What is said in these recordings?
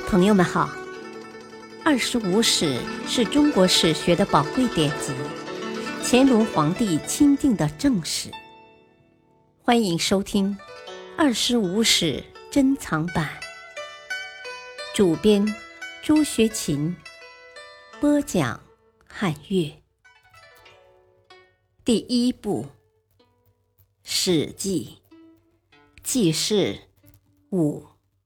朋友们好，二十五史是中国史学的宝贵典籍，乾隆皇帝钦定的正史。欢迎收听二十五史珍藏版，主编朱学勤，播讲汉乐。第一部，史记，记事5。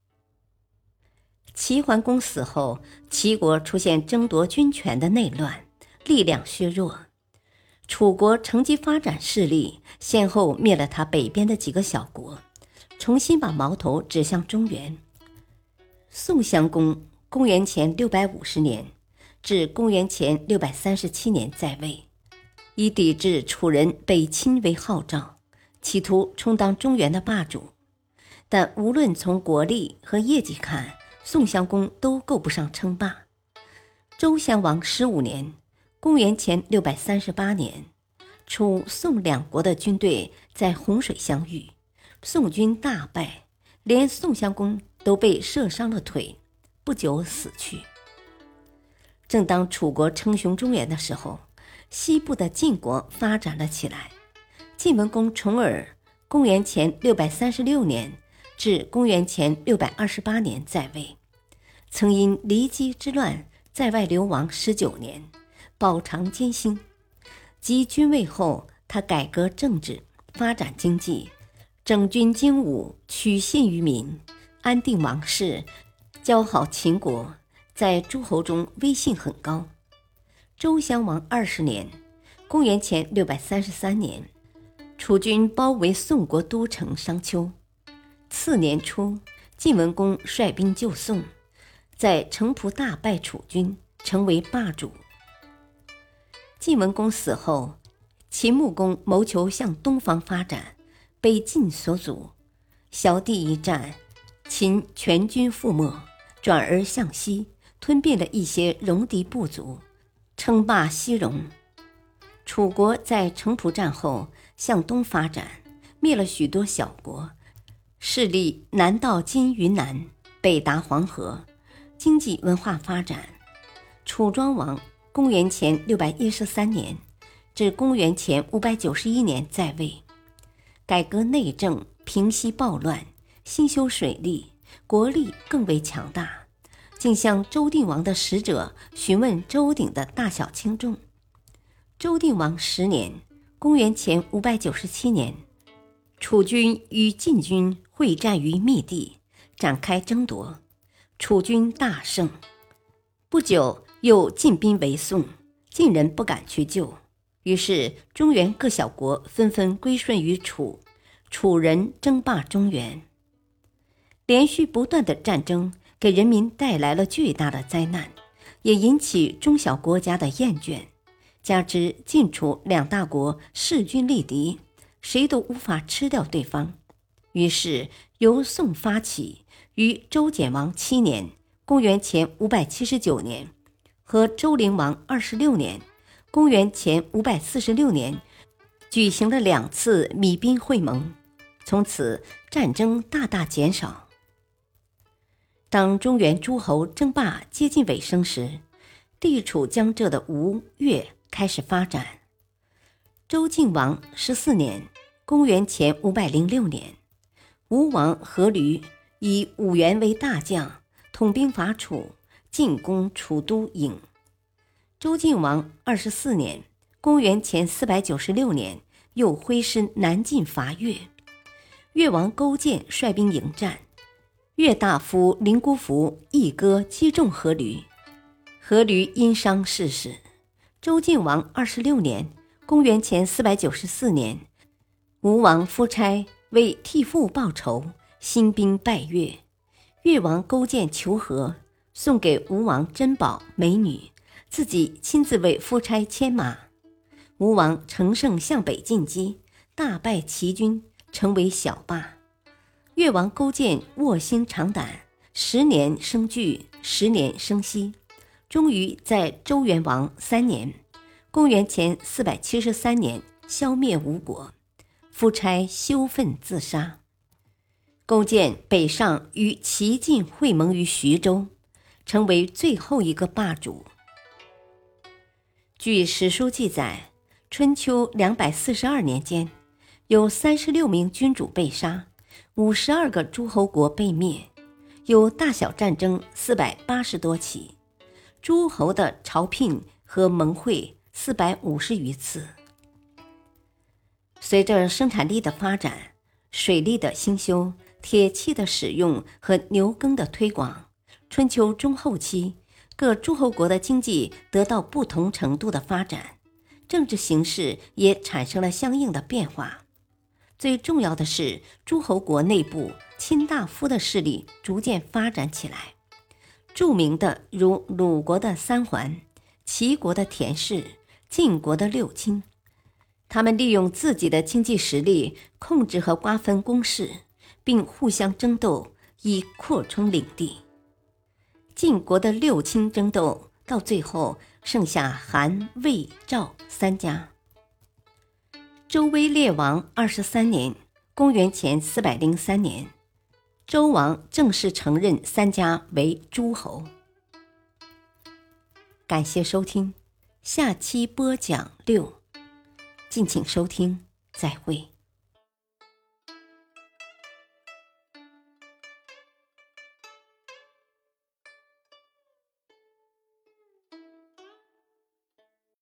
齐桓公死后，齐国出现争夺军权的内乱，力量削弱。楚国乘机发展势力，先后灭了他北边的几个小国，重新把矛头指向中原。宋襄公公元前650年至公元前637年在位，以抵制楚人北侵为号召，企图充当中原的霸主。但无论从国力和业绩看，宋襄公都够不上称霸。周襄王15年，公元前638年，楚宋两国的军队在洪水相遇，宋军大败，连宋襄公都被射伤了腿，不久死去。正当楚国称雄中原的时候，西部的晋国发展了起来。晋文公重耳公元前636年至公元前628年在位，曾因骊姬之乱在外流亡19年，饱尝艰辛。及君位后，他改革政治，发展经济，整军精武，取信于民，安定王室，交好秦国，在诸侯中威信很高。周襄王20年，公元前633年，楚军包围宋国都城商丘。次年初，晋文公率兵救宋，在城濮大败楚军，成为霸主。晋文公死后，秦穆公谋求向东方发展，被晋所阻。萧地一战，秦全军覆没，转而向西，吞并了一些戎狄部族，称霸西戎。楚国在城濮战后向东发展，灭了许多小国，势力南到今云南，北达黄河，经济文化发展。楚庄王公元前613年至公元前591年在位，改革内政，平息暴乱，兴修水利，国力更为强大，竟向周定王的使者询问周鼎的大小轻重。周定王10年，公元前597年，楚军与晋军会战于密地，展开争夺，楚军大胜。不久又进兵围宋，晋人不敢去救，于是中原各小国纷纷归顺于楚，楚人争霸中原。连续不断的战争给人民带来了巨大的灾难，也引起中小国家的厌倦，加之晋楚两大国势均力敌，谁都无法吃掉对方，于是由宋发起，于周简王7年，公元前579年和周灵王26年，公元前546年举行了2次弭兵会盟，从此战争大大减少。当中原诸侯争霸接近尾声时，地处江浙的吴越开始发展。周敬王14年，公元前506年，吴王阖闾以武元为大将，统兵伐楚，进攻楚都郢。周敬王24年，公元前496年，又挥师南进伐越。越王勾践率兵迎战，越大夫林姑孚一戈击中阖闾，阖闾因伤逝世。周敬王26年，公元前494年，吴王夫差为替父报仇，兴兵败越。越王勾践求和，送给吴王珍宝美女，自己亲自为夫差牵马。吴王乘胜向北进击，大败齐军，成为小霸。越王勾践卧薪尝胆，10年生惧，10年生息，终于在周元王3年，公元前473年消灭吴国，夫差羞愤自杀。勾践北上与齐晋会盟于徐州， 成为最后一个霸主。据史书记载，春秋242年间，有36名君主被杀，52个诸侯国被灭，有大小战争480多起，诸侯的朝聘和盟会450余次。随着生产力的发展，水利的兴修，铁器的使用和牛耕的推广，春秋中后期，各诸侯国的经济得到不同程度的发展，政治形势也产生了相应的变化。最重要的是，诸侯国内部卿大夫的势力逐渐发展起来。著名的如鲁国的三桓、齐国的田氏、晋国的六卿，他们利用自己的经济实力控制和瓜分公室，并互相争斗，以扩充领地。晋国的六卿争斗到最后剩下韩、魏、赵三家。周威烈王23年，公元前403年，周王正式承认三家为诸侯。感谢收听，下期播讲6，敬请收听，再会。